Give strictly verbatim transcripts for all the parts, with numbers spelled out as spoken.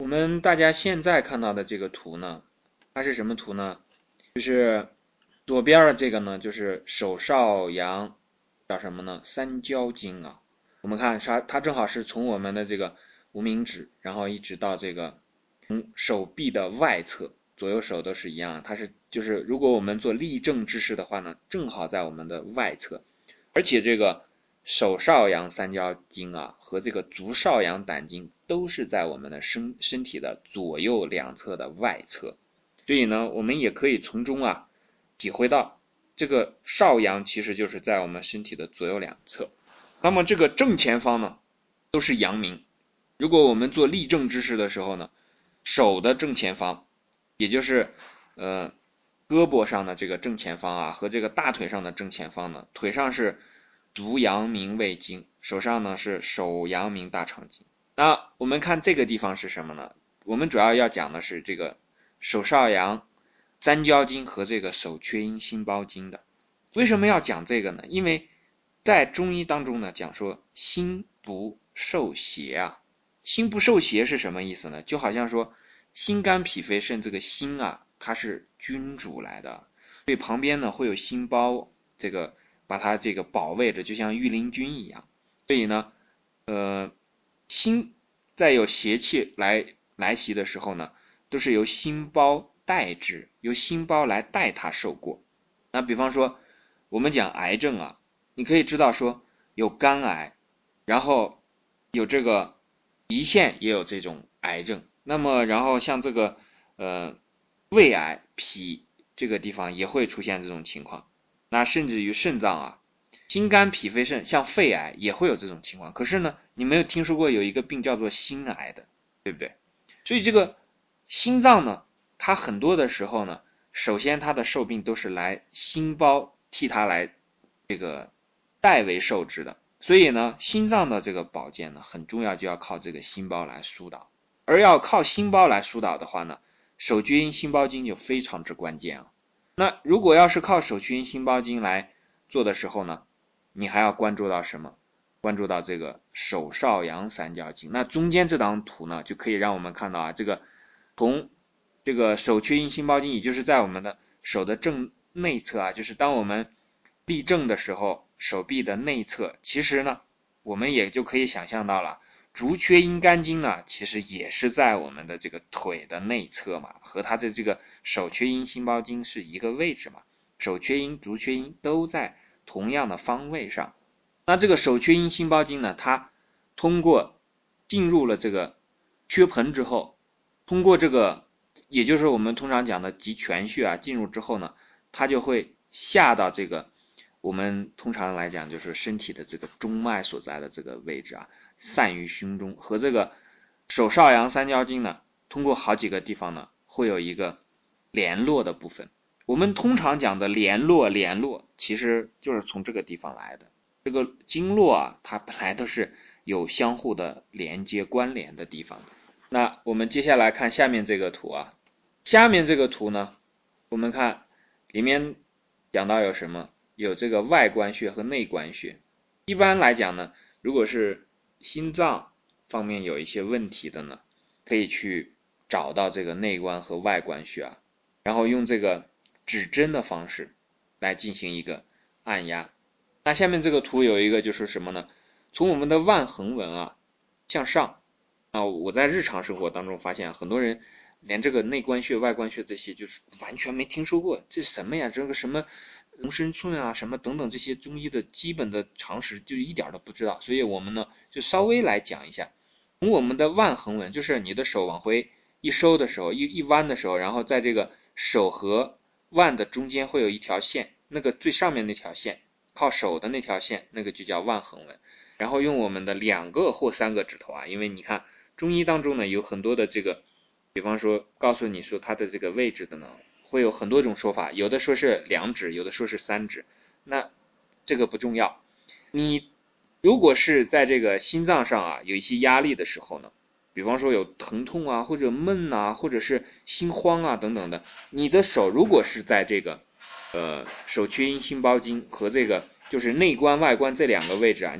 们大家现在看到的这个图呢，它是什么图呢？就是左边的这个呢，就是手少阳叫什么呢？三焦经啊。我们看它，它正好是从我们的这个无名指，然后一直到这个从手臂的外侧，左右手都是一样，它是就是如果我们做立正姿势的话呢，正好在我们的外侧，而且这个手少阳三焦经啊和这个足少阳胆经都是在我们的身身体的左右两侧的外侧，所以呢，我们也可以从中啊体会到这个少阳其实就是在我们身体的左右两侧。那么这个正前方呢都是阳明，如果我们做立正姿势的时候呢，手的正前方，也就是呃胳膊上的这个正前方啊和这个大腿上的正前方呢，腿上是足阳明胃经，手上呢是手阳明大肠经。那我们看这个地方是什么呢？我们主要要讲的是这个手少阳三焦经和这个手厥阴心包经的。为什么要讲这个呢？因为在中医当中呢，讲说心不受邪啊。心不受邪是什么意思呢？就好像说心肝脾肺肾这个心啊，它是君主来的，所以旁边呢会有心包，这个把它这个保卫着，就像御林军一样。所以呢，呃，心在有邪气来来袭的时候呢，都是由心包代之，由心包来代它受过。那比方说我们讲癌症啊，你可以知道说有肝癌，然后有这个胰腺也有这种癌症，那么然后像这个呃胃癌、脾这个地方也会出现这种情况，那甚至于肾脏啊，心肝脾肺肾，像肺癌也会有这种情况。可是呢，你没有听说过有一个病叫做心癌的，对不对？所以这个心脏呢，它很多的时候呢，首先它的受病都是来心包替它来这个代为受之的，所以呢，心脏的这个保健呢，很重要，就要靠这个心包来疏导。而要靠心包来疏导的话呢，手厥阴心包经就非常之关键啊。那如果要是靠手厥阴心包经来做的时候呢，你还要关注到什么？关注到这个手少阳三焦经。那中间这张图呢，就可以让我们看到啊，这个从这个手厥阴心包经，也就是在我们的手的正内侧啊，就是当我们立正的时候，手臂的内侧，其实呢，我们也就可以想象到了，足厥阴肝经呢，其实也是在我们的这个腿的内侧嘛，和它的这个手厥阴心包经是一个位置嘛，手厥阴、足厥阴都在同样的方位上。那这个手厥阴心包经呢，它通过进入了这个缺盆之后，通过这个也就是我们通常讲的极泉穴啊，进入之后呢，它就会下到这个我们通常来讲就是身体的这个中脉所在的这个位置啊，散于胸中，和这个手少阳三焦经呢，通过好几个地方呢，会有一个联络的部分。我们通常讲的联络联络，其实就是从这个地方来的。这个经络啊，它本来都是有相互的连接关联的地方的。那我们接下来看下面这个图啊，下面这个图呢，我们看里面讲到有什么？有这个外关穴和内关穴。一般来讲呢，如果是心脏方面有一些问题的呢，可以去找到这个内关和外关穴啊，然后用这个指针的方式来进行一个按压。那下面这个图有一个就是什么呢？从我们的腕横纹啊向上啊，我在日常生活当中发现很多人连这个内关穴、外关穴这些就是完全没听说过，这是什么呀？这个什么龙身寸啊，什么等等这些中医的基本的常识就一点都不知道。所以我们呢就稍微来讲一下，从我们的腕横纹，就是你的手往回一收的时候，一一弯的时候，然后在这个手和腕的中间会有一条线，那个最上面那条线，靠手的那条线，那个就叫腕横纹。然后用我们的两个或三个指头啊，因为你看中医当中呢有很多的这个，比方说告诉你说它的这个位置的呢，会有很多种说法，有的说是两指，有的说是三指，那这个不重要。你如果是在这个心脏上啊有一些压力的时候呢，比方说有疼痛啊，或者闷啊，或者是心慌啊等等的，你的手如果是在这个呃手厥阴心包经和这个就是内关外关这两个位置啊，你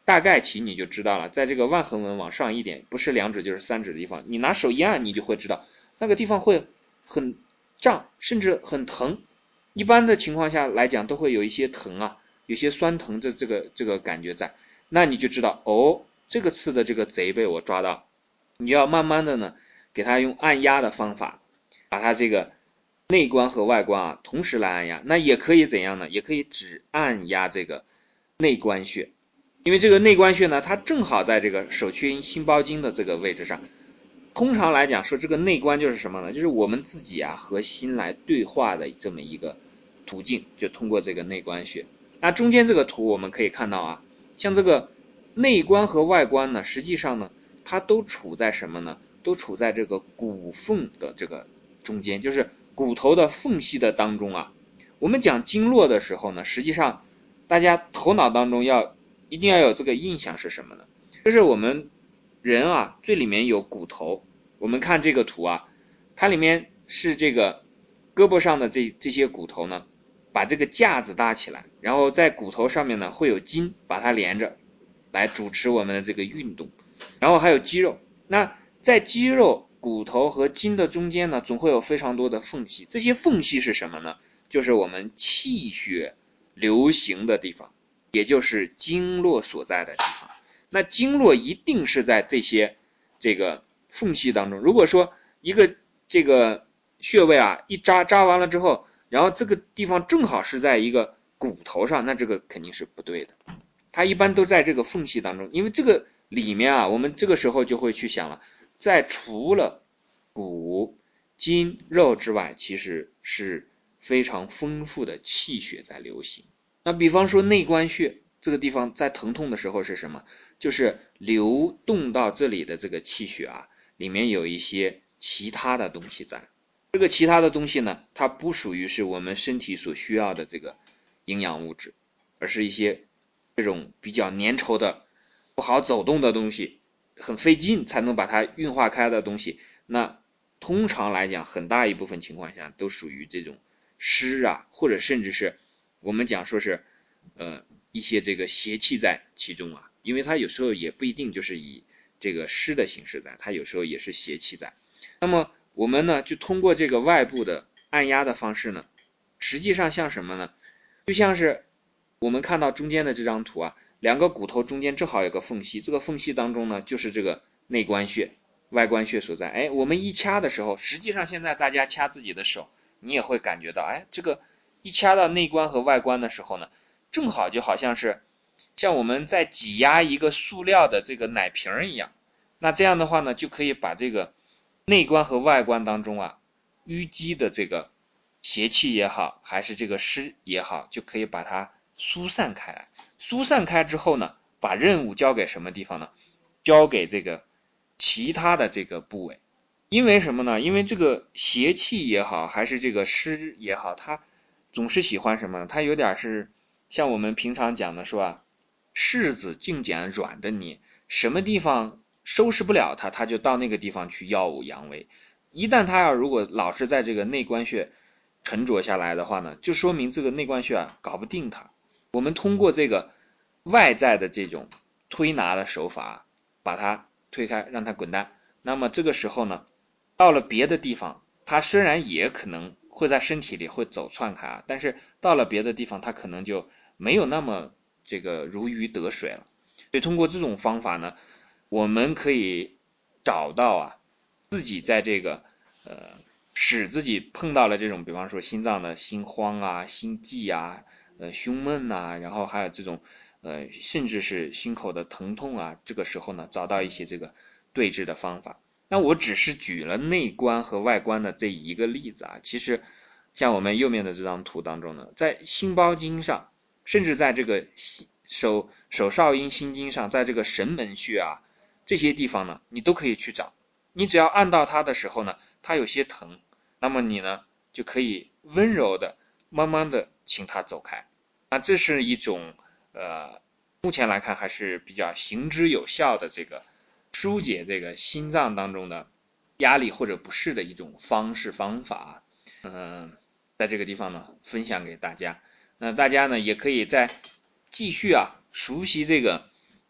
大概其你就知道了，在这个腕横纹往上一点，不是两指就是三指的地方，你拿手一按，你就会知道那个地方会很胀，甚至很疼。一般的情况下来讲，都会有一些疼啊，有些酸疼的这个这个感觉在，那你就知道哦，这个刺的这个贼被我抓到，你要慢慢的呢，给它用按压的方法，把它这个内关和外关啊同时来按压。那也可以怎样呢？也可以只按压这个内关穴，因为这个内关穴呢，它正好在这个手厥阴心包经的这个位置上。通常来讲说，这个内关就是什么呢？就是我们自己啊和心来对话的这么一个途径，就通过这个内关穴。那中间这个图我们可以看到啊，像这个内关和外关呢，实际上呢，它都处在什么呢？都处在这个骨缝的这个中间，就是骨头的缝隙的当中啊。我们讲经络的时候呢，实际上大家头脑当中要一定要有这个印象是什么呢？就是我们人啊，最里面有骨头。我们看这个图啊，它里面是这个胳膊上的这这些骨头呢，把这个架子搭起来，然后在骨头上面呢会有筋把它连着，来主持我们的这个运动。然后还有肌肉，那在肌肉、骨头和筋的中间呢，总会有非常多的缝隙。这些缝隙是什么呢？就是我们气血流行的地方，也就是经络所在的地方。那经络一定是在这些这个缝隙当中。如果说一个这个穴位啊一扎扎完了之后，然后这个地方正好是在一个骨头上，那这个肯定是不对的。它一般都在这个缝隙当中，因为这个里面啊，我们这个时候就会去想了，在除了骨、筋、肉之外，其实是非常丰富的气血在流行。那比方说内关穴这个地方在疼痛的时候是什么？就是流动到这里的这个气血啊，里面有一些其他的东西在。这个其他的东西呢，它不属于是我们身体所需要的这个营养物质，而是一些这种比较粘稠的、不好走动的东西，很费劲才能把它运化开的东西。那通常来讲，很大一部分情况下都属于这种湿啊，或者甚至是我们讲说是呃一些这个邪气在其中啊，因为它有时候也不一定就是以这个湿的形式在，它有时候也是邪气在。那么我们呢就通过这个外部的按压的方式呢，实际上像什么呢？就像是我们看到中间的这张图啊，两个骨头中间正好有个缝隙，这个缝隙当中呢就是这个内关穴、外关穴所在。哎，我们一掐的时候，实际上现在大家掐自己的手，你也会感觉到，哎，这个一掐到内关和外关的时候呢，正好就好像是像我们在挤压一个塑料的这个奶瓶一样。那这样的话呢，就可以把这个内关和外关当中啊淤积的这个邪气也好，还是这个湿也好，就可以把它疏散开来。疏散开之后呢，把任务交给什么地方呢？交给这个其他的这个部位。因为什么呢？因为这个邪气也好，还是这个湿也好，它总是喜欢什么呢？它有点是像我们平常讲的说啊，柿子净捡软的捏，什么地方收拾不了它，它就到那个地方去耀武扬威。一旦它要如果老是在这个内关穴沉着下来的话呢，就说明这个内关穴啊搞不定它。我们通过这个外在的这种推拿的手法，把它推开，让它滚蛋。那么这个时候呢，到了别的地方，它虽然也可能会在身体里会走窜开啊，但是到了别的地方，它可能就没有那么这个如鱼得水了。所以通过这种方法呢，我们可以找到啊自己在这个呃使自己碰到了这种比方说心脏的心慌啊、心悸啊、呃胸闷啊，然后还有这种呃甚至是心口的疼痛啊，这个时候呢找到一些这个对治的方法。那我只是举了内关和外关的这一个例子啊，其实像我们右面的这张图当中呢，在心包经上，甚至在这个手手少阴心经上，在这个神门穴啊这些地方呢，你都可以去找。你只要按到它的时候呢，它有些疼，那么你呢就可以温柔的、慢慢的请它走开。那这是一种呃，目前来看还是比较行之有效的这个疏解这个心脏当中的压力或者不适的一种方式方法。嗯、呃，在这个地方呢分享给大家。那大家呢也可以再继续啊熟悉这个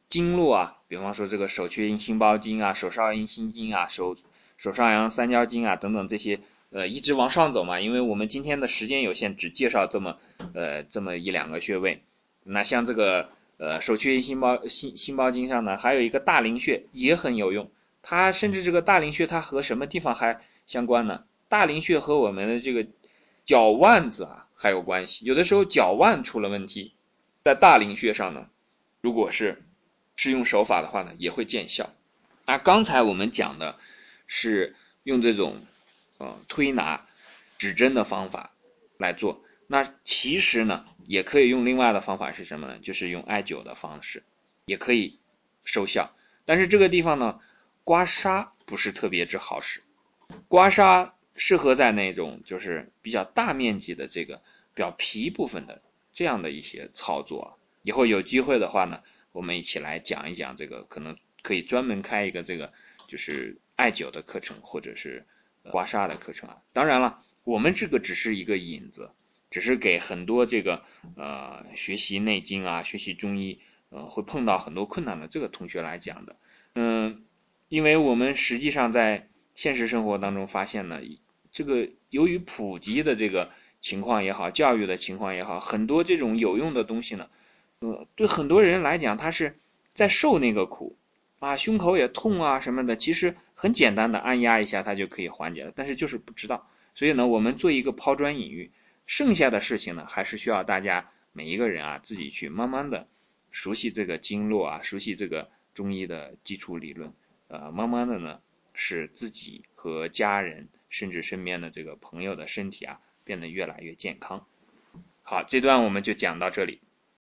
经络啊，比方说这个手厥阴心包经啊，手少阴心经啊，手手上阳三焦经啊等等这些，呃，一直往上走嘛，因为我们今天的时间有限，只介绍这么呃这么一两个穴位。那像这个呃手厥阴心包心心包经上呢，还有一个大陵穴也很有用。它甚至这个大陵穴它和什么地方还相关呢？大陵穴和我们的这个脚腕子啊还有关系。有的时候脚腕出了问题，在大陵穴上呢，如果是施用手法的话呢，也会见效。那刚才我们讲的是用这种呃推拿指针的方法来做，那其实呢也可以用另外的方法是什么呢？就是用艾灸的方式也可以收效。但是这个地方呢，刮痧不是特别之好使，刮痧适合在那种就是比较大面积的这个表皮部分的这样的一些操作。以后有机会的话呢，我们一起来讲一讲这个，可能可以专门开一个这个就是艾灸的课程或者是刮痧的课程啊。当然了，我们这个只是一个引子，只是给很多这个呃学习内经啊、学习中医呃会碰到很多困难的这个同学来讲的。嗯，因为我们实际上在现实生活当中发现呢，这个由于普及的这个情况也好，教育的情况也好，很多这种有用的东西呢，呃，对很多人来讲，他是在受那个苦啊，胸口也痛啊什么的，其实很简单的按压一下，它就可以缓解了，但是就是不知道。所以呢，我们做一个抛砖引玉，剩下的事情呢，还是需要大家每一个人啊自己去慢慢的熟悉这个经络啊，熟悉这个中医的基础理论，呃，慢慢的呢，使自己和家人甚至身边的这个朋友的身体啊变得越来越健康。好，这段我们就讲到这里。